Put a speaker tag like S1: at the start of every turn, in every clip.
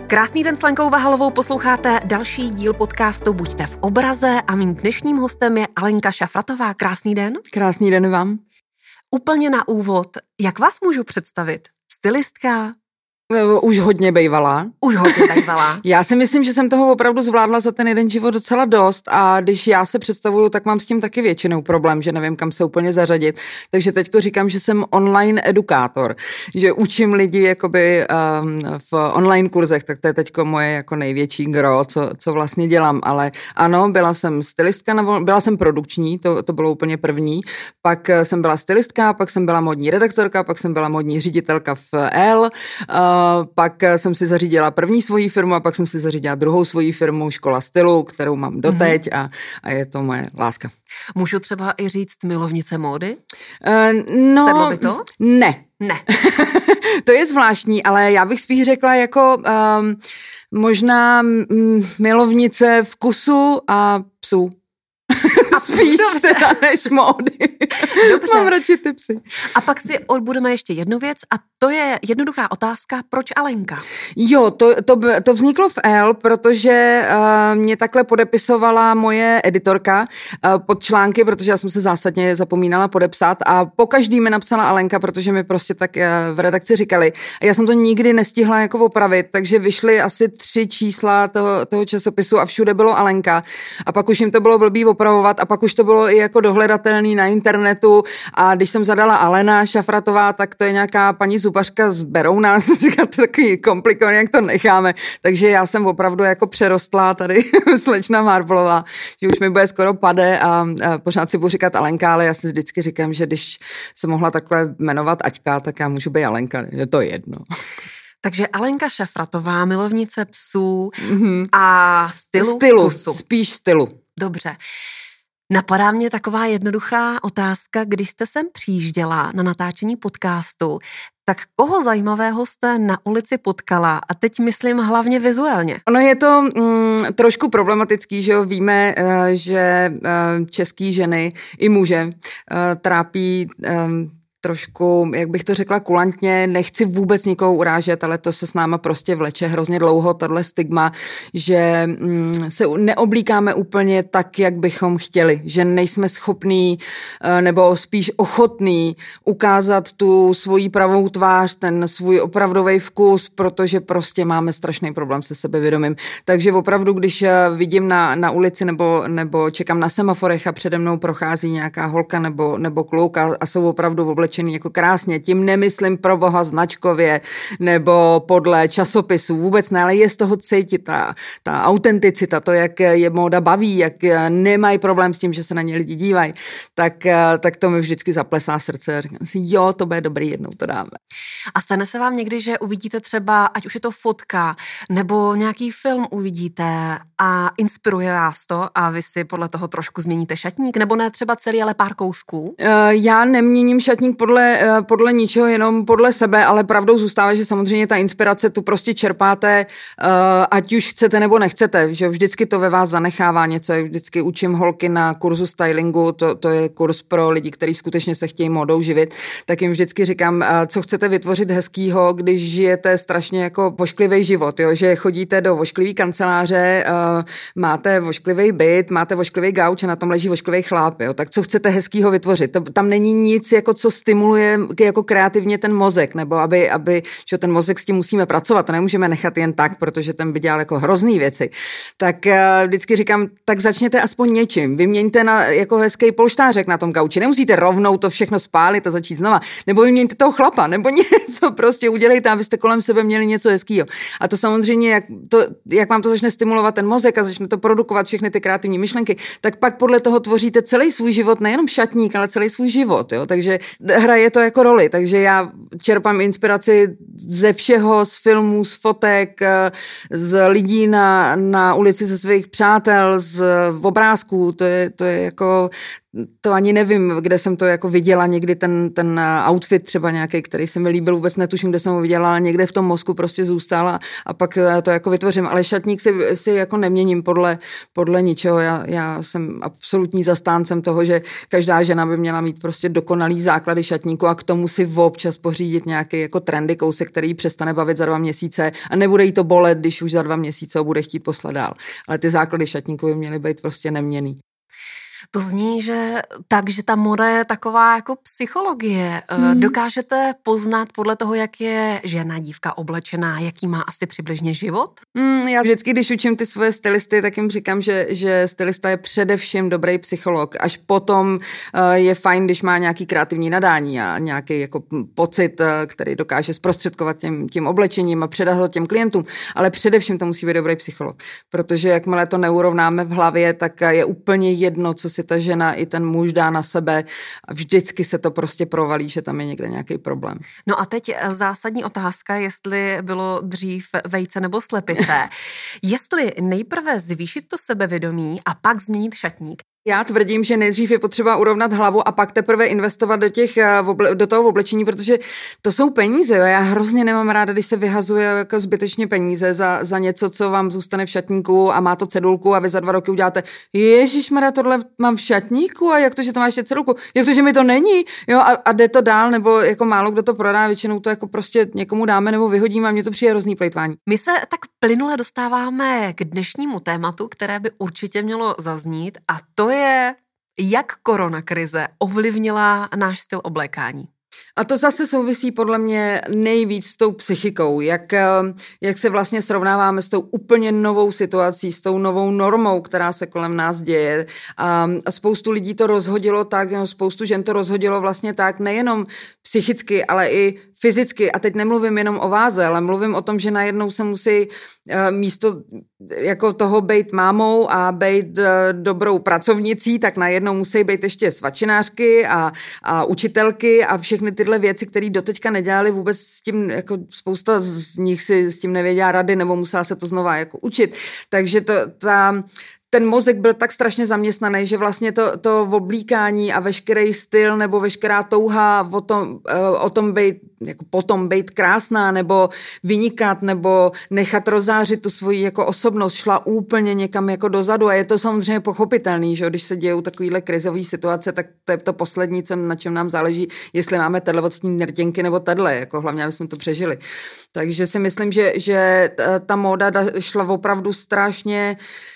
S1: Krásný den s Lenkou Vahalovou, posloucháte další díl podcastu Buďte v obraze a mým dnešním hostem je Alenka Šafratová. Krásný den.
S2: Krásný den vám.
S1: Úplně na úvod, jak vás můžu představit? Stylistka?
S2: Už hodně bejvala. Já si myslím, že jsem toho opravdu zvládla za ten jeden život docela dost a když já se představuju, tak mám s tím taky většinou problém, že nevím, kam se úplně zařadit. Takže teďko říkám, že jsem online edukátor, že učím lidi jakoby v online kurzech, tak to je teďko moje jako největší gro, co vlastně dělám. Ale ano, byla jsem stylistka, byla jsem produkční, to bylo úplně první, pak jsem byla stylistka, pak jsem byla modní redaktorka, pak jsem byla modní ředitelka v L, pak jsem si zařídila první svoji firmu a pak jsem si zařídila druhou svoji firmu, Škola stylu, kterou mám doteď a je to moje láska.
S1: Můžu třeba i říct milovnice módy?
S2: Sedlo
S1: by to?
S2: Ne. To je zvláštní, ale já bych spíš řekla jako možná milovnice vkusu a psů. Spíš teda než módy.
S1: Dobře.
S2: Mám radši ty psy.
S1: A pak si odbudeme ještě jednu věc a to je jednoduchá otázka, proč Alenka?
S2: Jo, to vzniklo v L, protože mě takhle podepisovala moje editorka pod články, protože já jsem se zásadně zapomínala podepsat a pokaždý mi napsala Alenka, protože mi prostě tak v redakci říkali. A já jsem to nikdy nestihla jako opravit, takže vyšly asi 3 čísla toho časopisu a všude bylo Alenka. A pak už jim to bylo blbý opravovat a pak už to bylo i jako dohledatelný na internetu a když jsem zadala Alena Šafratová, tak to je nějaká paní zubařka z Berouna, říká, to takový komplikovaný, jak to necháme. Takže já jsem opravdu jako přerostlá tady slečna Marblová, že už mi bude skoro pade a pořád si budu říkat Alenka, ale já si vždycky říkám, že když se mohla takhle jmenovat Aťka, tak já můžu být Alenka, je to jedno.
S1: Takže Alenka Šafratová, milovnice psů a stylu,
S2: spíš stylu.
S1: Dobře. Napadá mě taková jednoduchá otázka, když jste sem přijížděla na natáčení podcastu, tak koho zajímavého jste na ulici potkala? A teď myslím hlavně vizuálně.
S2: Ono je to trošku problematický, že jo, víme, že český ženy i muže trápí trošku, jak bych to řekla, kulantně, nechci vůbec nikoho urážet, ale to se s náma prostě vleče hrozně dlouho, tohle stigma, že se neoblíkáme úplně tak, jak bychom chtěli, že nejsme schopní nebo spíš ochotní ukázat tu svoji pravou tvář, ten svůj opravdový vkus, protože prostě máme strašný problém se sebevědomím. Takže opravdu, když vidím na ulici nebo čekám na semaforech a přede mnou prochází nějaká holka nebo kluk a jsou opravdu oblečený jako krásně, tím nemyslím pro boha značkově nebo podle časopisů, vůbec ne, ale je z toho cítit ta autenticita, to, jak je móda baví, jak nemají problém s tím, že se na ně lidi dívají, tak to mi vždycky zaplesá srdce. Říkám si, jo, to bude dobrý, jednou to dáme.
S1: A stane se vám někdy, že uvidíte třeba, ať už je to fotka, nebo nějaký film uvidíte a inspiruje vás to a vy si podle toho trošku změníte šatník, nebo ne třeba celý, ale pár kousků?
S2: Já neměním šatník podle ničeho, jenom podle sebe, ale pravdou zůstává, že samozřejmě ta inspirace tu prostě čerpáte, ať už chcete nebo nechcete, že vždycky to ve vás zanechává něco. Vždycky učím holky na kurzu stylingu, to je kurz pro lidi, kteří skutečně se chtějí módou živit, tak jim vždycky říkám, co chcete vytvořit hezkýho, když žijete strašně jako vošklivý život, jo? Že chodíte do vošklivý kanceláře, máte vošklivý byt, máte vošklivý gauč a na tom leží vošklivý chlap, jo? Tak co chcete hezkýho vytvořit? Tam není nic, jako co stimuluje jako kreativně ten mozek, nebo aby že ten mozek s tím musíme pracovat, to nemůžeme nechat jen tak, protože ten by dělal jako hrozný věci. Tak vždycky říkám, tak začněte aspoň něčím, vyměňte na jako hezký polštářek na tom gauči, nemusíte rovnou to všechno spálit a začít znova, nebo vyměňte toho chlapa, nebo něco prostě udělejte, abyste kolem sebe měli něco hezkýho. A to samozřejmě, jak vám to začne stimulovat ten mozek a začne to produkovat všechny ty kreativní myšlenky, tak pak podle toho tvoříte celý svůj život, nejenom šatník, ale celý svůj život, jo? Takže hraje to jako roli, takže já čerpám inspiraci ze všeho, z filmů, z fotek, z lidí na ulici, ze svých přátel, z obrázků, to je jako to ani nevím, kde jsem to jako viděla, někdy ten outfit třeba nějaký, který se mi líbil, vůbec netuším, kde jsem ho viděla, ale někde v tom mozku prostě zůstal a pak to jako vytvořím, ale šatník si jako neměním podle ničeho, já jsem absolutní zastáncem toho, že každá žena by měla mít prostě dokonalý základy šatníku a k tomu si občas pořídit nějaký jako trendy kousek, který přestane bavit za 2 měsíce a nebude jí to bolet, když už za 2 měsíce ho bude chtít poslat dál. Ale ty základy šatníku by měly být prostě neměnný.
S1: To zní, že ta moda je taková jako psychologie. Dokážete poznat podle toho, jak je žena, dívka oblečená, jaký má asi přibližně život?
S2: Já vždycky, když učím ty svoje stylisty, tak jim říkám, že stylista je především dobrý psycholog. Až potom je fajn, když má nějaký kreativní nadání a nějaký jako pocit, který dokáže zprostředkovat tím oblečením a předat ho těm klientům. Ale především to musí být dobrý psycholog, protože jakmile to neurovnáme v hlavě, tak je úplně jedno, co si ta žena i ten muž dá na sebe a vždycky se to prostě provalí, že tam je někde nějaký problém.
S1: No a teď zásadní otázka, jestli bylo dřív vejce nebo slepice. Jestli nejprve zvýšit to sebevědomí a pak změnit šatník.
S2: Já tvrdím, že nejdřív je potřeba urovnat hlavu a pak teprve investovat do toho oblečení, protože to jsou peníze. Jo? Já hrozně nemám ráda, když se vyhazuje jako zbytečně peníze za něco, co vám zůstane v šatníku a má to cedulku a vy za 2 roky uděláte ježišmarja, tohle mám v šatníku a jak to, že to máš ještě cedulku? Jak to, že mi to není? Jo? A jde to dál, nebo jako málo kdo to prodá, většinou to jako prostě někomu dáme nebo vyhodíme a mně to přijde hrozný plejtvání.
S1: My se tak plynule dostáváme k dnešnímu tématu, které by určitě mělo zaznít, a to je, jak koronakrize ovlivnila náš styl oblékání.
S2: A to zase souvisí podle mě nejvíc s tou psychikou, jak se vlastně srovnáváme s tou úplně novou situací, s tou novou normou, která se kolem nás děje. A spoustu lidí to rozhodilo tak, spoustu žen to rozhodilo vlastně tak, nejenom psychicky, ale i fyzicky. A teď nemluvím jenom o váze, ale mluvím o tom, že najednou se musí místo jako toho být mámou a být dobrou pracovnicí, tak najednou musí být ještě svačinářky a učitelky a všechny tyhle věci, které doteďka nedělali vůbec s tím, jako spousta z nich si s tím nevěděla rady nebo musela se to znova jako učit. Takže ten mozek byl tak strašně zaměstnaný, že vlastně to oblíkání a veškerý styl nebo veškerá touha o tom být, jako potom být krásná nebo vynikat nebo nechat rozzářit tu svoji jako osobnost šla úplně někam jako dozadu a je to samozřejmě pochopitelný, že když se dějou takovýhle krizové situace, tak to je to poslední, na čem nám záleží, jestli máme tato vocní rtěnky nebo tato, jako hlavně, aby jsme to přežili. Takže si myslím, že ta móda šla opravdu strašně.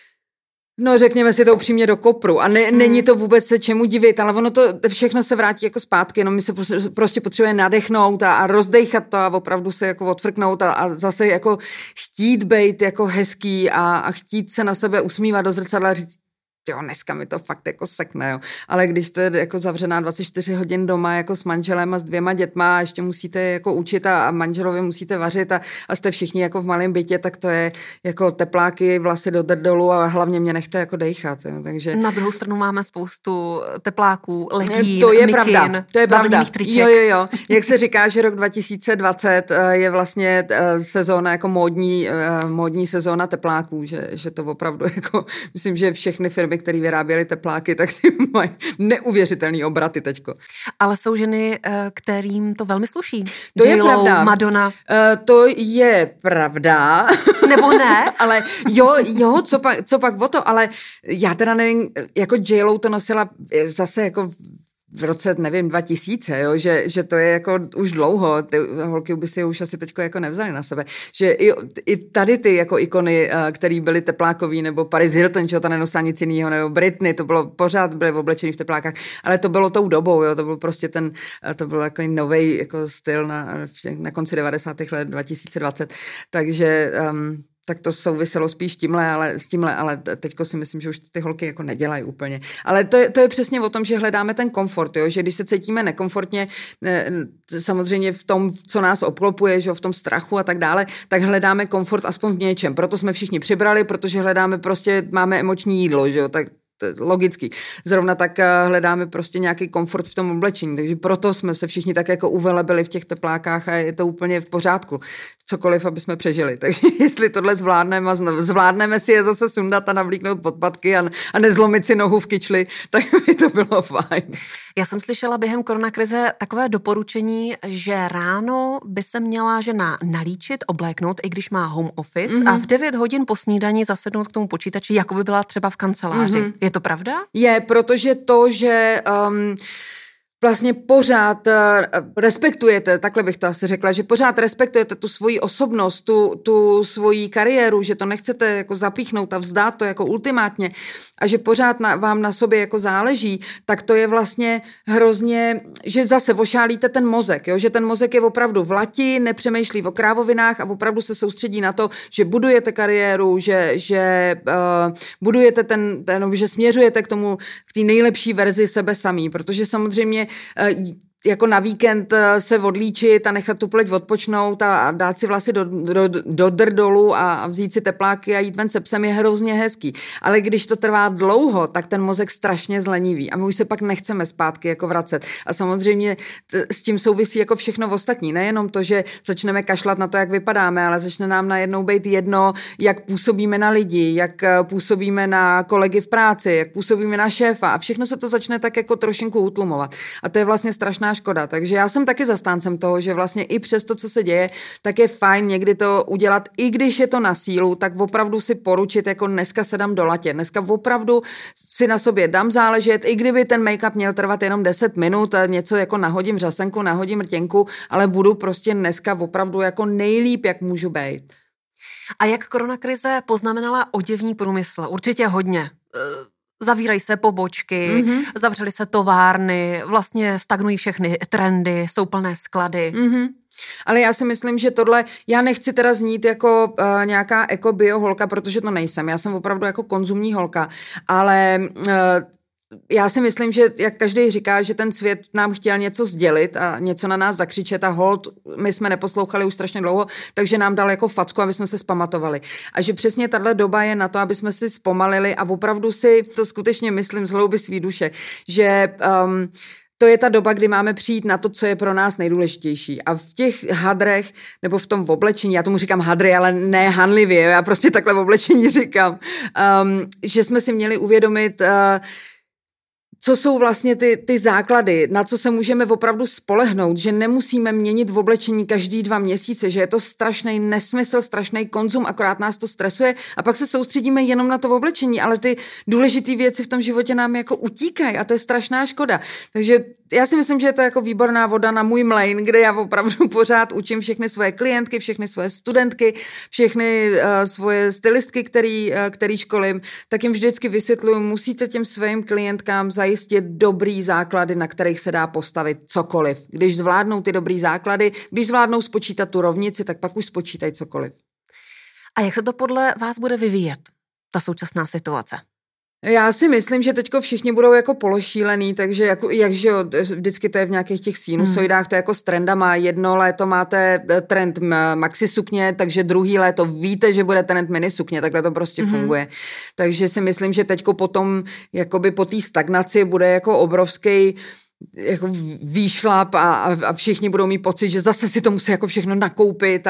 S2: No, řekněme si to upřímně do kopru a není to vůbec se čemu divit, ale ono to všechno se vrátí jako zpátky, no my se prostě potřebujeme nadechnout a rozdejchat to a opravdu se jako odfrknout a zase jako chtít být jako hezký a chtít se na sebe usmívat do zrcadla a říct, jo, dneska mi to fakt jako sekne, jo. Ale když jste jako zavřená 24 hodin doma jako s manželem a s 2 dětma a ještě musíte jako učit a manželovi musíte vařit a jste všichni jako v malém bytě, tak to je jako tepláky, vlasy do dolů a hlavně mě nechte jako dejchat, jo. Takže
S1: na druhou stranu máme spoustu tepláků, legín,
S2: to je
S1: mikin,
S2: pravda, to je pravda.
S1: Triček.
S2: Jo. Jak se říká, že rok 2020 je vlastně sezóna jako módní sezóna tepláků, že to opravdu jako, myslím, že všechny firmy, které vyráběly tepláky, tak ty mají neuvěřitelný obraty teďko.
S1: Ale jsou ženy, kterým to velmi sluší.
S2: To je pravda.
S1: Madonna.
S2: To je pravda.
S1: Nebo ne?
S2: Ale jo, co pak o to, ale já teda nevím, jako J.Lo to nosila zase jako v roce, nevím, 2000, jo, že to je jako už dlouho, ty holky by si už asi teďko jako nevzali na sebe, že i tady ty jako ikony, který byly teplákový, nebo Paris Hilton, čo ta nenosila nic jiného, nebo Britney, to bylo pořád, byly oblečený v teplákách, ale to bylo tou dobou, jo, to byl prostě to byl jako novej jako styl na konci 90. let 2020, takže tak to souviselo spíš s tímhle, ale teďko si myslím, že už ty holky jako nedělají úplně. Ale to je přesně o tom, že hledáme ten komfort, jo? Že když se cítíme nekomfortně, samozřejmě v tom, co nás obklopuje, že v tom strachu a tak dále, tak hledáme komfort aspoň v něčem. Proto jsme všichni přibrali, protože hledáme máme emoční jídlo, že jo, tak logicky. Zrovna tak hledáme prostě nějaký komfort v tom oblečení, takže proto jsme se všichni tak jako uvelebili v těch teplákách a je to úplně v pořádku. Cokoliv, aby jsme přežili. Takže jestli tohle zvládneme si je zase sundat a navlíknout podpatky a nezlomit si nohu v kyčli, tak by to bylo fajn.
S1: Já jsem slyšela během koronakrize takové doporučení, že ráno by se měla žena nalíčit, obléknout, i když má home office a v 9 hodin po snídani zasednout k tomu počítači, jako by byla třeba v kanceláři. Je to pravda?
S2: Je, protože to, že vlastně pořád respektujete, takhle bych to asi řekla, že pořád respektujete tu svoji osobnost, tu svoji kariéru, že to nechcete jako zapíchnout a vzdát to jako ultimátně a že pořád vám na sobě jako záleží, tak to je vlastně hrozně, že zase ošálíte ten mozek, jo? Že ten mozek je opravdu v lati, nepřemýšlí o krávovinách a opravdu se soustředí na to, že budujete kariéru, že budujete že směřujete k té nejlepší verzi sebe samý, protože samozřejmě jako na víkend se odlíčit a nechat tu pleť odpočnout a dát si vlasy do drdolu a vzít si tepláky a jít ven se psem je hrozně hezký. Ale když to trvá dlouho, tak ten mozek strašně zleniví a my už se pak nechceme zpátky jako vracet. A samozřejmě s tím souvisí jako všechno ostatní. Nejenom to, že začneme kašlat na to, jak vypadáme, ale začne nám najednou být jedno, jak působíme na lidi, jak působíme na kolegy v práci, jak působíme na šéfa a všechno se to začne tak jako trošinku utlumovat. A to je vlastně strašná škoda. Takže já jsem taky zastáncem toho, že vlastně i přes to, co se děje, tak je fajn někdy to udělat, i když je to na sílu, tak opravdu si poručit, jako dneska se dám do latě. Dneska opravdu si na sobě dám záležet, i kdyby ten make-up měl trvat jenom 10 minut, něco jako nahodím řasenku, nahodím rtěnku, ale budu prostě dneska opravdu jako nejlíp, jak můžu být.
S1: A jak koronakrize poznamenala oděvní průmysl? Určitě hodně. Zavírají se pobočky, zavřely se továrny, vlastně stagnují všechny trendy, jsou plné sklady.
S2: Ale já si myslím, že tohle, já nechci teda znít jako nějaká eko-bio holka, protože to nejsem. Já jsem opravdu jako konzumní holka, ale já si myslím, že jak každý říká, že ten svět nám chtěl něco sdělit a něco na nás zakřičet a hold, my jsme neposlouchali už strašně dlouho, takže nám dal jako facku, aby jsme se zpamatovali. A že přesně tahle doba je na to, aby jsme si zpomalili a opravdu si to skutečně myslím z hloubi svý duše, že to je ta doba, kdy máme přijít na to, co je pro nás nejdůležitější. A v těch hadrech, nebo v tom oblečení, já tomu říkám hadry, ale ne hanlivě, já prostě takhle v oblečení říkám, že jsme si měli uvědomit, co jsou vlastně ty základy, na co se můžeme opravdu spolehnout, že nemusíme měnit v oblečení každý 2 měsíce, že je to strašný nesmysl, strašný konzum, akorát nás to stresuje a pak se soustředíme jenom na to oblečení, ale ty důležité věci v tom životě nám jako utíkají a to je strašná škoda. Takže já si myslím, že je to jako výborná voda na můj mlejn, kde já opravdu pořád učím všechny svoje klientky, všechny svoje studentky, všechny svoje stylistky, který školím, tak jim vždycky vysvětluju, musíte těm svým klientkám zajistit dobrý základy, na kterých se dá postavit cokoliv. Když zvládnou ty dobrý základy, když zvládnou spočítat tu rovnici, tak pak už spočítají cokoliv.
S1: A jak se to podle vás bude vyvíjet, ta současná situace?
S2: Já si myslím, že teďko všichni budou jako pološílený, takže jakže vždycky to je v nějakých těch sinusoidách, to je jako s trendama. Jedno léto máte trend maxi sukně, takže druhý léto víte, že bude trend mini sukně, takhle to prostě funguje. Takže si myslím, že teďko potom jakoby po té stagnaci bude jako obrovský jako výšlap a všichni budou mít pocit, že zase si to musí jako všechno nakoupit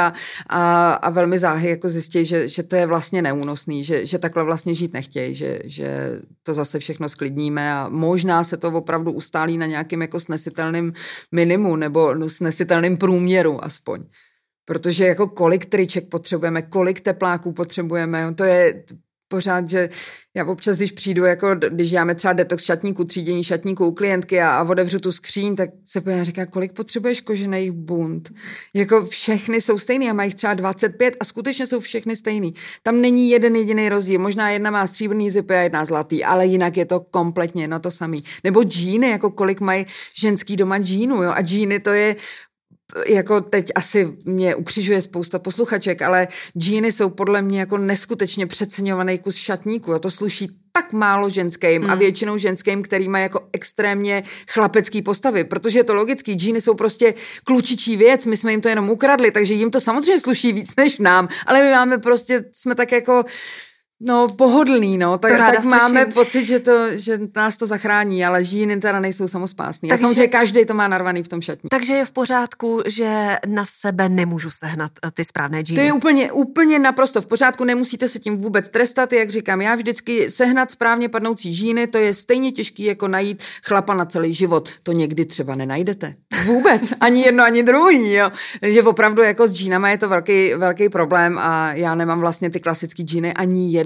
S2: a velmi záhy jako zjistí, že to je vlastně neúnosný, že takhle vlastně žít nechtějí, že to zase všechno sklidníme a možná se to opravdu ustálí na nějakým jako snesitelným minimu nebo snesitelným průměru aspoň. Protože jako kolik triček potřebujeme, kolik tepláků potřebujeme, to je pořád, že já občas, když přijdu, jako když děláme třeba detox šatníků, třídění šatníků u klientky a otevřu tu skříň, tak se pojďme říká, kolik potřebuješ kožených bund. Jako všechny jsou stejný a mají jich třeba 25 a skutečně jsou všechny stejný. Tam není jeden jediný rozdíl. Možná jedna má stříbrný zipy a jedna zlatý, ale jinak je to kompletně to samý. Nebo džíny, jako kolik mají ženský doma džínu, jo? A džíny to je jako teď asi mě ukřižuje spousta posluchaček, ale džíny jsou podle mě jako neskutečně přeceňovaný kus šatníku. Jo? To sluší tak málo ženským a většinou ženským, který má jako extrémně chlapecký postavy, protože je to logický, džíny jsou prostě klučičí věc, my jsme jim to jenom ukradli, takže jim to samozřejmě sluší víc než nám, ale my máme prostě, jsme tak jako pohodlný, tak máme pocit, že nás to zachrání, ale džíny teda nejsou samospásný. Takže, a samozřejmě každý to má narvaný v tom šatní.
S1: Takže je v pořádku, že na sebe nemůžu sehnat ty správné džíny.
S2: To je úplně naprosto v pořádku, nemusíte se tím vůbec trestat, jak říkám, já vždycky sehnat správně padnoucí džíny, to je stejně těžký jako najít chlapa na celý život. To někdy třeba nenajdete. Vůbec. Ani jedno, ani druhý, jo. Takže opravdu jako s džínama je to velký problém a já nemám vlastně ty klasický džíny ani jedno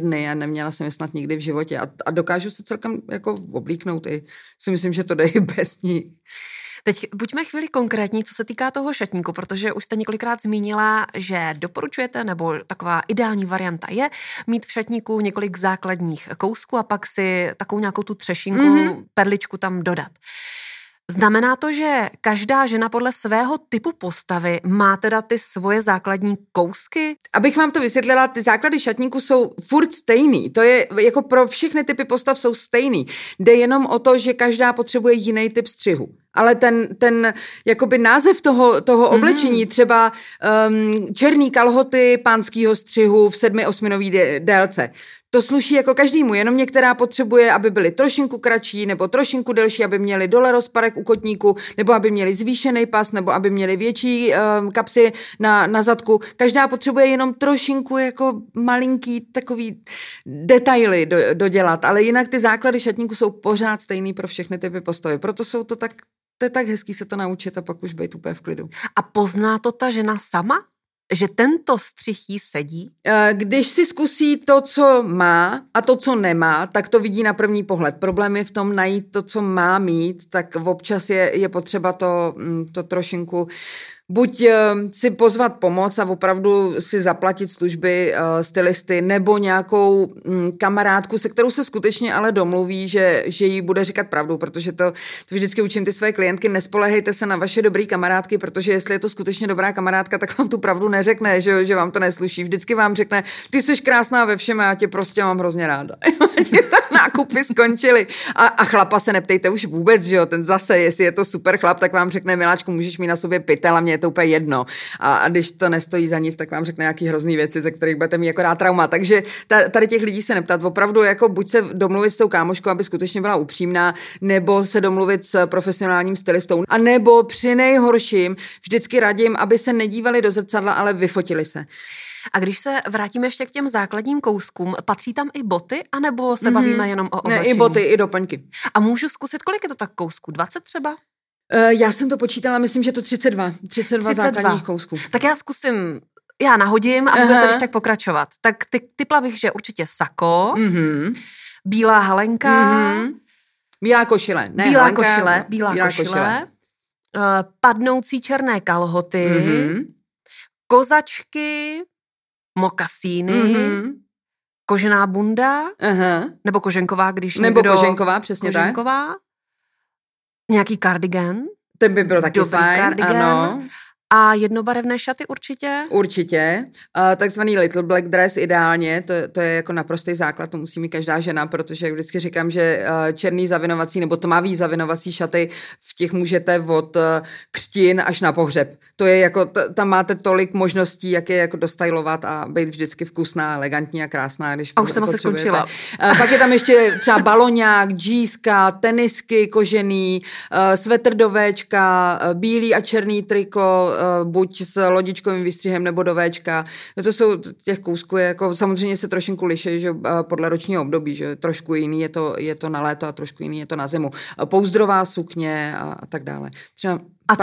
S2: dny a neměla jsem je snad nikdy v životě a dokážu se celkem jako oblíknout i si myslím, že to jde i bez ní.
S1: Teď buďme chvíli konkrétní, co se týká toho šatníku, protože už jste několikrát zmínila, že doporučujete, nebo taková ideální varianta je mít v šatníku několik základních kousků a pak si takovou nějakou tu třešinku, perličku tam dodat. Znamená to, že každá žena podle svého typu postavy má teda ty svoje základní kousky?
S2: Abych vám to vysvětlila, ty základy šatníku jsou furt stejný. To je jako pro všechny typy postav jsou stejný. Jde jenom o to, že každá potřebuje jiný typ střihu. Ale ten jakoby název toho oblečení, třeba černý kalhoty pánskýho střihu v 7-8nový délce, to sluší jako každému, jenom některá potřebuje, aby byly trošinku kratší nebo trošinku delší, aby měly dole rozparek u kotníku, nebo aby měly zvýšený pas, nebo aby měly větší kapsy na zadku. Každá potřebuje jenom trošinku jako malinký takový detaily dodělat, ale jinak ty základy šatníku jsou pořád stejný pro všechny typy postavy. Proto jsou to tak, to je tak hezký se to naučit a pak už být úplně v klidu.
S1: A pozná to ta žena sama? Že tento střih jí sedí?
S2: Když si zkusí to, co má a to, co nemá, tak to vidí na první pohled. Problém je v tom najít to, co má mít, tak občas je potřeba to trošinku buď si pozvat pomoc a opravdu si zaplatit služby stylisty nebo nějakou kamarádku, se kterou se skutečně ale domluví, že jí bude říkat pravdu, protože to vždycky učím ty své klientky, nespoléhejte se na vaše dobrý kamarádky, protože jestli je to skutečně dobrá kamarádka, tak vám tu pravdu neřekne, že vám to nesluší. Vždycky vám řekne, ty jsi krásná ve všem a já tě prostě mám hrozně ráda. Nákupy skončily. A chlapa se neptejte už vůbec, že jo, ten zase, jestli je to super chlap, tak vám řekne, miláčku, můžeš mít na sobě pytel a mě je to úplně jedno. A když to nestojí za nic, tak vám řekne nějaký hrozný věci, ze kterých budete mít akorát trauma. Takže tady těch lidí se neptat. Opravdu jako buď se domluvit s tou kámoškou, aby skutečně byla upřímná, nebo se domluvit s profesionálním stylistou, a nebo při nejhorším vždycky radím, aby se nedívali do zrcadla, ale vyfotili se.
S1: A když se vrátíme ještě k těm základním kouskům, patří tam i boty, anebo se bavíme jenom o oblečení?
S2: Ne, i boty, i doplňky.
S1: A můžu zkusit, kolik je to tak kousků? 20 třeba?
S2: Já jsem to počítala, myslím, že to 32 základních kousků.
S1: Tak já nahodím a budete když tak pokračovat. Tak typla bych, že určitě sako, bílá halenka,
S2: bílá košile. Ne,
S1: bílá
S2: halenka,
S1: košile. Padnoucí černé kalhoty, kozačky, mokasíny, kožená bunda, nebo koženková, když
S2: nebo
S1: někdo...
S2: koženková, přesně
S1: koženková, tak. Nějaký kardigan.
S2: Ten by byl taky fajn, kardigan. Ano.
S1: A jednobarevné šaty určitě?
S2: Určitě. Takzvaný little black dress ideálně, to je jako naprostý základ, to musí mít každá žena, protože jak vždycky říkám, že černý zavinovací nebo tmavý zavinovací šaty v těch můžete od křtin až na pohřeb. To je jako, tam máte tolik možností, jak je jako dostylovat a být vždycky vkusná, elegantní a krásná. Když
S1: a už jsem asi skončila.
S2: Pak je tam ještě třeba baloňák, džíska, tenisky kožený, svetr do véčka, bílý a černý triko, buď s lodičkovým výstřihem nebo do véčka. No to jsou těch kousků, jako samozřejmě se trošinku liší, že podle ročního období, že trošku jiný je to na léto a trošku jiný je to na zimu. Pouzdrová sukně a tak dále. Třeba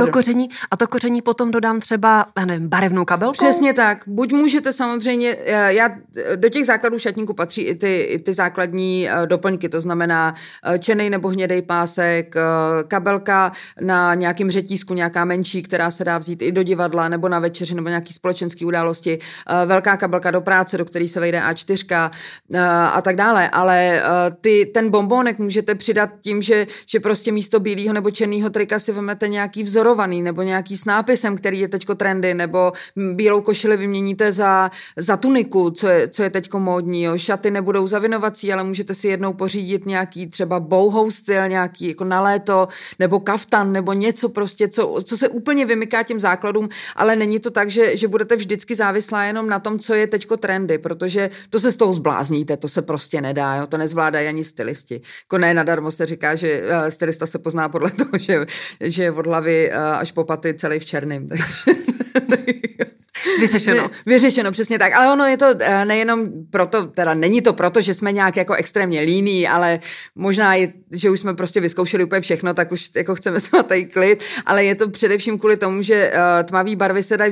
S1: A to koření potom dodám třeba, já nevím, barevnou kabelkou?
S2: Přesně tak. Buď můžete samozřejmě, do těch základů šatníku patří i ty základní doplňky, to znamená černý nebo hnědej pásek, kabelka na nějakým řetízku, nějaká menší, která se dá vzít i do divadla nebo na večeři nebo nějaký společenský události, velká kabelka do práce, do který se vejde A4 a tak dále, ale ten bombónek můžete přidat tím, že prostě místo bílého nebo černého trika si vezmete nějaký vzorovaný nebo nějaký s nápisem, který je teďko trendy, nebo bílou košili vyměníte za tuniku, co je teďko módní. Jo. Šaty nebudou zavinovací, ale můžete si jednou pořídit nějaký třeba boho styl, nějaký jako na léto, nebo kaftan, nebo něco prostě, co se úplně vymyká těm základům, ale není to tak, že budete vždycky závislá jenom na tom, co je teďko trendy, protože to se z toho zblázníte, to se prostě nedá, jo. To nezvládají ani stylisti. Jako ne nadarmo se říká, že stylista se pozná podle toho, že je od hlavy až po paty celý v černém. Vyřešeno, přesně tak. Ale ono je to nejenom proto, teda není to proto, že jsme nějak jako extrémně líní, ale možná je, že už jsme prostě vyzkoušeli úplně všechno, tak už jako chceme svatý klid, ale je to především kvůli tomu, že tmavý barvy se dají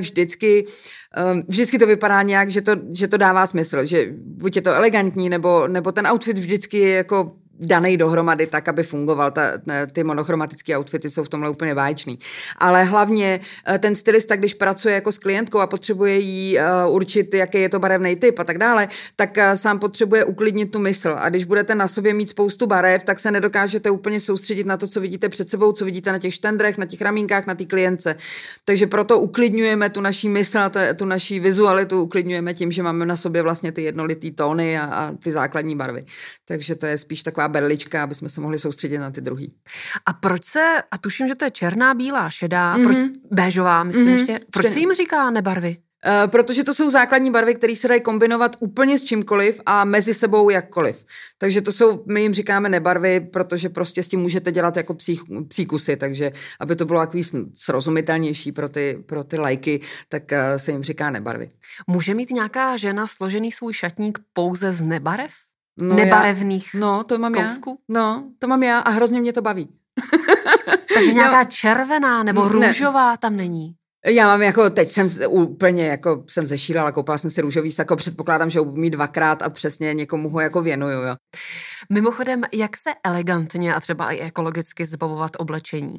S2: vždycky to vypadá nějak, že to dává smysl, že buď je to elegantní, nebo ten outfit vždycky je jako danej dohromady tak, aby fungoval. Ty monochromatické outfity jsou v tomhle úplně báječný. Ale hlavně ten stylista, když pracuje jako s klientkou a potřebuje jí určit, jaký je to barevný typ a tak dále, tak sám potřebuje uklidnit tu mysl. A když budete na sobě mít spoustu barev, tak se nedokážete úplně soustředit na to, co vidíte před sebou, co vidíte na těch štendrech, na těch ramínkách, na té klientce. Takže proto uklidňujeme tu naší mysl, tu naší vizualitu uklidňujeme tím, že máme na sobě vlastně ty jednolitý tóny a ty základní barvy. Takže to je spíš taková berlička, aby jsme se mohli soustředit na ty druhý.
S1: A proč a tuším, že to je černá, bílá, šedá, proč, béžová, myslím ještě, proč se jim říká nebarvy?
S2: Protože to jsou základní barvy, které se dají kombinovat úplně s čímkoliv a mezi sebou jakkoliv. Takže my jim říkáme nebarvy, protože prostě s tím můžete dělat jako psí kusy, takže aby to bylo takový srozumitelnější pro ty lajky, tak se jim říká nebarvy.
S1: Může mít nějaká žena složený svůj šatník pouze z nebarev? Nebarevných
S2: to mám
S1: kousků?
S2: To mám já a hrozně mě to baví.
S1: Takže nějaká červená nebo růžová tam není?
S2: Já mám jako, teď jsem úplně jako jsem zešílela, koupila jsem si růžový sako, předpokládám, že ho budu mít 2krát a přesně někomu ho jako věnuju, jo.
S1: Mimochodem, jak se elegantně a třeba i ekologicky zbavovat oblečení?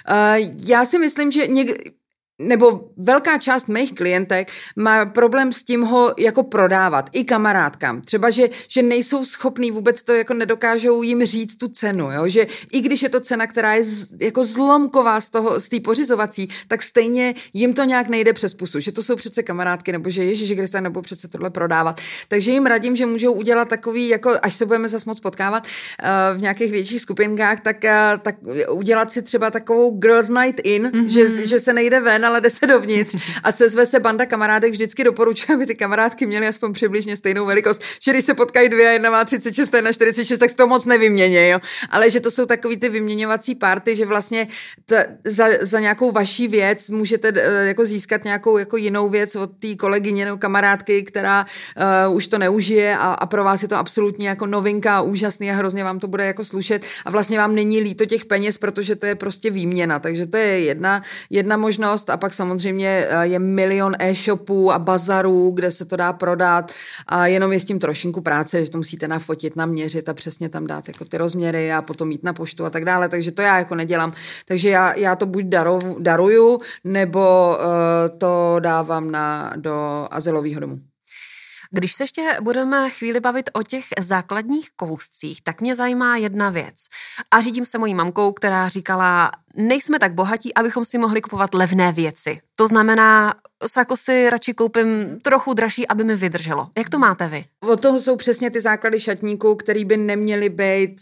S2: Já si myslím, že nebo velká část mých klientek má problém s tím ho jako prodávat, i kamarádkám. Třeba, že nejsou schopní vůbec to, jako nedokážou jim říct tu cenu, jo? Že i když je to cena, která je jako zlomková z té pořizovací, tak stejně jim to nějak nejde přes pusu, že to jsou přece kamarádky, nebo že Ježíši Kriste, nebo přece tohle prodávat. Takže jim radím, že můžou udělat takový, jako až se budeme zas moc potkávat v nějakých větších skupinkách, tak udělat si třeba takovou girls night in, že se nejde ven, ale jde se dovnitř a sezve se banda kamarádek, vždycky doporučuji, aby ty kamarádky měly aspoň přibližně stejnou velikost, že když se potkají dvě, jedna má 36, jedna 46, tak se to moc nevymění, jo. Ale že to jsou takový ty vyměňovací party, že vlastně za nějakou vaší věc můžete jako získat nějakou jako jinou věc od té kolegyně nebo kamarádky, která už to neužije a pro vás je to absolutně jako novinka, úžasný a hrozně vám to bude jako slušet a vlastně vám není líto těch peněz, protože to je prostě výměna. Takže to je jedna možnost a pak samozřejmě je milion e-shopů a bazarů, kde se to dá prodat a jenom je s tím trošinku práce, že to musíte nafotit, naměřit a přesně tam dát jako ty rozměry a potom jít na poštu a tak dále, takže to já jako nedělám. Takže já to buď daruju, nebo to dávám do azylového domu.
S1: Když se ještě budeme chvíli bavit o těch základních kouscích, tak mě zajímá jedna věc. A řídím se mojí mamkou, která říkala, nejsme tak bohatí, abychom si mohli kupovat levné věci. To znamená, sako si radši koupím trochu dražší, aby mi vydrželo. Jak to máte vy?
S2: Od toho jsou přesně ty základy šatníků, který by neměly být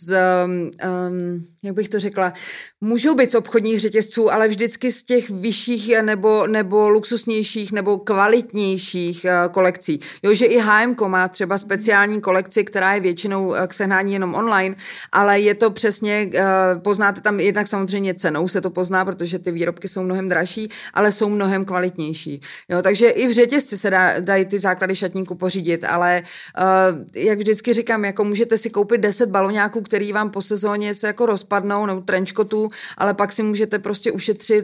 S2: jak bych to řekla, můžou být z obchodních řetězců, ale vždycky z těch vyšších nebo luxusnějších nebo kvalitnějších kolekcí. Jo, že i H&M má třeba speciální kolekci, která je většinou k sehnání jenom online, ale je to přesně, poznáte tam jednak samozřejmě cenou se to pozná, protože ty výrobky jsou mnohem dražší, ale jsou mnohem kvalitnější. Jo, takže i v řetězci se dají ty základy šatníku pořídit, ale jak vždycky říkám, jako můžete si koupit 10 baloňáků, který vám po sezóně se jako rozpadnou, nebo trenčkotů, ale pak si můžete prostě ušetřit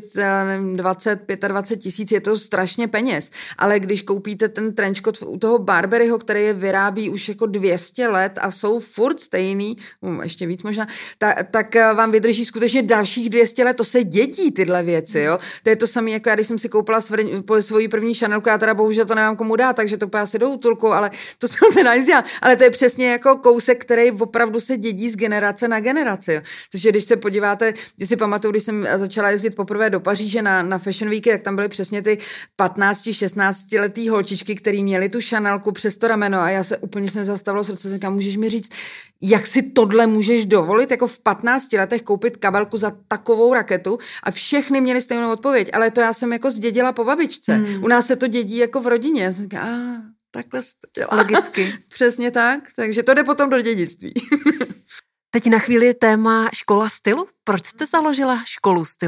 S2: 20-25 tisíc, je to strašně peněz. Ale když koupíte ten trenčkot u toho Barberyho, který je vyrábí už jako 200 let a jsou furt stejný, ještě víc možná, tak vám vydrží skutečně dalších 200 let, to se dědí tyhle věci, jo. To je to samé, jako já, když jsem si koupila svoji první Chanelku, já teda bohužel to nemám komu dát, takže to asi do útulku, ale to jsem ten najzdělat. Ale to je přesně jako kousek, který opravdu se dědí z generace na generaci, jo. Takže když se podíváte, když si pamatuju, když jsem začala jezdit poprvé do Paříže na Fashion Weeky, tak tam byly přesně ty 15-16 letý holčičky, který měly tu Chanelku přes to rameno a já se úplně zastavilo srdce, říkám, můžeš mi říct, jak si tohle můžeš dovolit, jako v 15 letech koupit kabelku za takovou raketu a všechny měly stejnou odpověď, ale to já jsem jako zdědila po babičce. U nás se to dědí jako v rodině. Já jsem říkala, takhle se to dělá.
S1: Logicky.
S2: Přesně tak, takže to jde potom do dědictví.
S1: Teď na chvíli téma škola stylu. Proč jste založila školu stylu?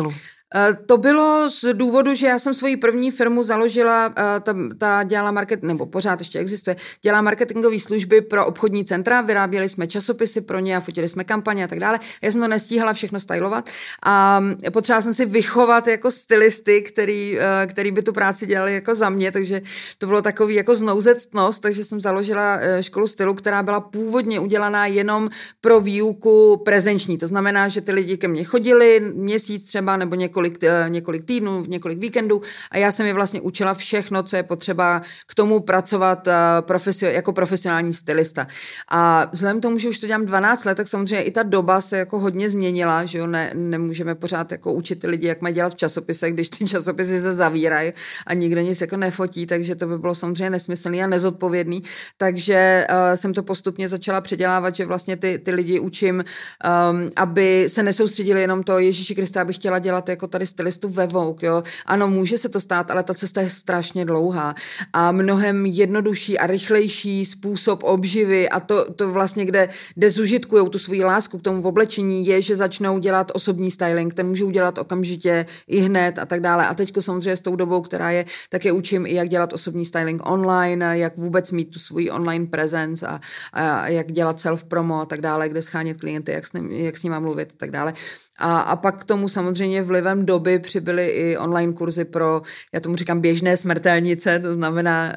S2: To bylo z důvodu, že já jsem svoji první firmu založila, ta dělala nebo pořád ještě existuje, dělá marketingové služby pro obchodní centra, vyráběli jsme časopisy pro ně a fotili jsme kampaně a tak dále. Já jsem to nestíhala všechno stylovat a potřebovala jsem si vychovat jako stylisty, který by tu práci dělali jako za mě, takže to bylo takový jako znouzectnost, takže jsem založila školu stylu, která byla původně udělaná jenom pro výuku prezenční. To znamená, že ty lidi ke mně chodili měsíc třeba nebo několik týdnů, několik víkendů a já jsem je vlastně učila všechno, co je potřeba k tomu pracovat jako profesionální stylista. A vzhledem k tomu, že už to dělám 12 let, tak samozřejmě i ta doba se jako hodně změnila, že jo, nemůžeme pořád jako učit lidi, jak mají dělat v časopisech, když ty časopisy se zavírají a nikdo nic jako nefotí, takže to by bylo samozřejmě nesmyslný a nezodpovědný. Takže jsem to postupně začala předělávat, že vlastně ty lidi učím, aby se nesoustředili jenom to, Ježíši Krista, bych chtěla dělat jako tady stylistu ve Vogue, jo. Ano, může se to stát, ale ta cesta je strašně dlouhá a mnohem jednodušší a rychlejší způsob obživy a to vlastně, kde zužitkujou tu svoji lásku k tomu oblečení, je, že začnou dělat osobní styling, ten můžou dělat okamžitě i hned a tak dále. A teďko samozřejmě s tou dobou, která je, tak je učím i jak dělat osobní styling online, jak vůbec mít tu svůj online presence a jak dělat self-promo a tak dále, kde schánět klienty, jak s nima mluvit a tak dále. A pak k tomu samozřejmě vlivem doby přibyly i online kurzy pro, já tomu říkám, běžné smrtelnice, to znamená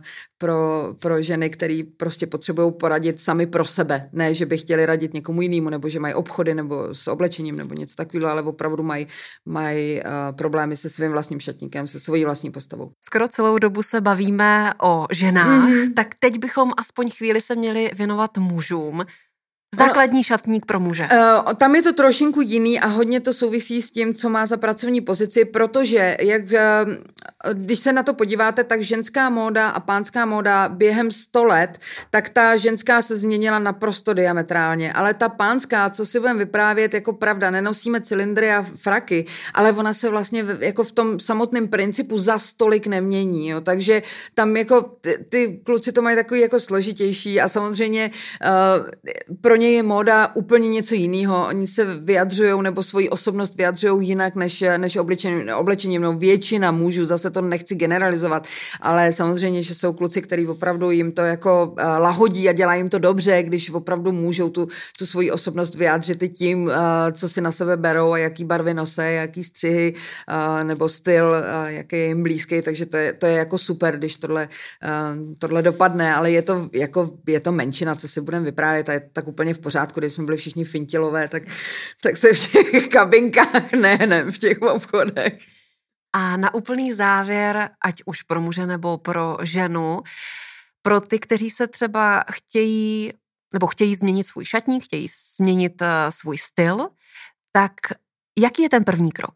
S2: pro ženy, které prostě potřebují poradit sami pro sebe. Ne, že by chtěli radit někomu jinému, nebo že mají obchody, nebo s oblečením, nebo něco takového, ale opravdu mají problémy se svým vlastním šatníkem, se svojí vlastní postavou.
S1: Skoro celou dobu se bavíme o ženách, tak teď bychom aspoň chvíli se měli věnovat mužům. Základní šatník pro muže.
S2: Tam je to trošinku jiný a hodně to souvisí s tím, co má za pracovní pozici, protože když se na to podíváte, tak ženská móda a pánská móda během 100 let, tak ta ženská se změnila naprosto diametrálně, ale ta pánská, co si budeme vyprávět, jako pravda, nenosíme cylindry a fraky, ale ona se vlastně jako v tom samotném principu za stolik nemění, jo? Takže tam jako ty kluci to mají takový jako složitější a samozřejmě pro ně je móda úplně něco jiného. Oni se vyjadřují nebo svoji osobnost vyjadřují jinak než oblečením. No, většina mužů, zase to nechci generalizovat, ale samozřejmě, že jsou kluci, který opravdu jim to jako lahodí a dělají jim to dobře, když opravdu můžou tu svoji osobnost vyjádřit i tím, co si na sebe berou a jaký barvy nosí, jaký střihy nebo styl, jaký je jim blízký, takže to je jako super, když tohle dopadne, ale je to menšina, co si budeme vyprávět a je tak úplně v pořádku, když jsme byli všichni fintilové, tak se v těch kabinkách ne v těch obchodech.
S1: A na úplný závěr, ať už pro muže nebo pro ženu, pro ty, kteří se třeba chtějí změnit svůj šatník, chtějí změnit svůj styl, tak jaký je ten první krok?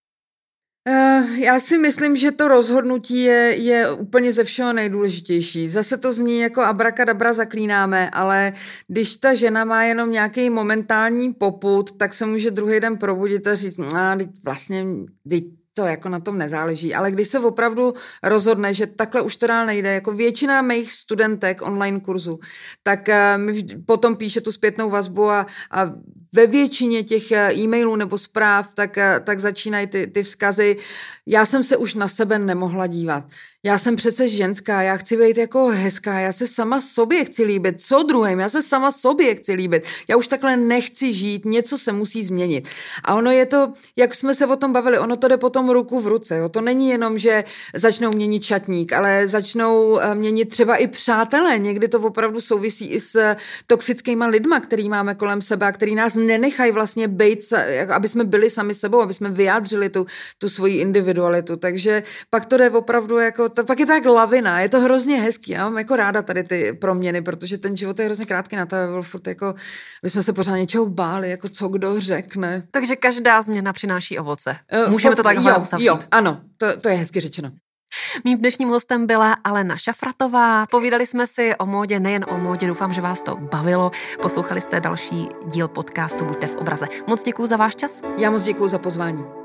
S2: Já si myslím, že to rozhodnutí je úplně ze všeho nejdůležitější. Zase to zní jako abrakadabra zaklínáme, ale když ta žena má jenom nějaký momentální popud, tak se může druhý den probudit a říct, vlastně to jako na tom nezáleží, ale když se opravdu rozhodne, že takhle už to dál nejde, jako většina mých studentek online kurzu, tak mi potom píše tu zpětnou vazbu a ve většině těch e-mailů nebo zpráv tak začínají ty vzkazy. Já jsem se už na sebe nemohla dívat. Já jsem přece ženská, já chci být jako hezká, já se sama sobě chci líbit, co druhým, já se sama sobě chci líbit, já už takhle nechci žít, něco se musí změnit. A ono je to, jak jsme se o tom bavili, ono to jde potom ruku v ruce, jo? To není jenom, že začnou měnit šatník, ale začnou měnit třeba i přátelé, někdy to opravdu souvisí i s toxickýma lidma, který máme kolem sebe a který nás nenechají vlastně být, aby jsme byli sami sebou, aby jsme vyjádřili tu svoji individualitu, takže pak to jde opravdu jako pak je to jak lavina, je to hrozně hezký. Já mám jako ráda tady ty proměny, protože ten život je hrozně krátký na to, aby byl furt jako, my jsme se pořád něčeho báli, jako co kdo řekne.
S1: Takže každá změna přináší ovoce. Můžeme to takhle uzavřít.
S2: Jo, ano, to je hezky řečeno.
S1: Mým dnešním hostem byla Alena Šafratová. Povídali jsme si o módě, nejen o módě, doufám, že vás to bavilo. Poslouchali jste další díl podcastu Buďte v obraze. Moc děkuju za váš čas.
S2: Já moc děkuju za pozvání.